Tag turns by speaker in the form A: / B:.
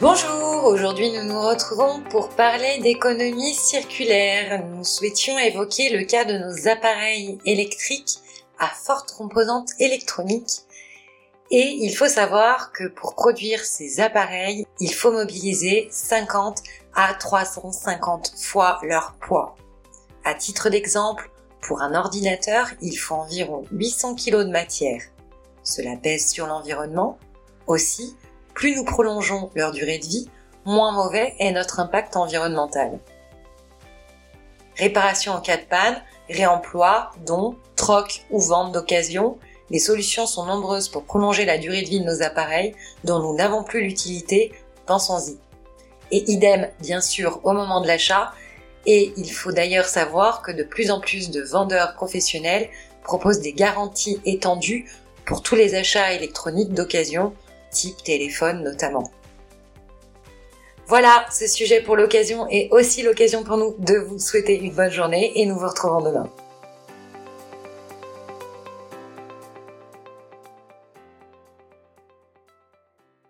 A: Bonjour, aujourd'hui nous nous retrouvons pour parler d'économie circulaire. Nous souhaitions évoquer le cas de nos appareils électriques à forte composante électronique. Et il faut savoir que pour produire ces appareils, il faut mobiliser 50 à 350 fois leur poids. À titre d'exemple, pour un ordinateur, il faut environ 800 kg de matière. Cela pèse sur l'environnement. Aussi, plus nous prolongeons leur durée de vie, moins mauvais est notre impact environnemental. Réparation en cas de panne, réemploi, don, troc ou vente d'occasion, les solutions sont nombreuses pour prolonger la durée de vie de nos appareils dont nous n'avons plus l'utilité, pensons-y. Et idem, bien sûr, au moment de l'achat, et il faut d'ailleurs savoir que de plus en plus de vendeurs professionnels proposent des garanties étendues pour tous les achats électroniques d'occasion, type téléphone notamment. Voilà, ce sujet pour l'occasion est aussi l'occasion pour nous de vous souhaiter une bonne journée et nous vous retrouvons demain.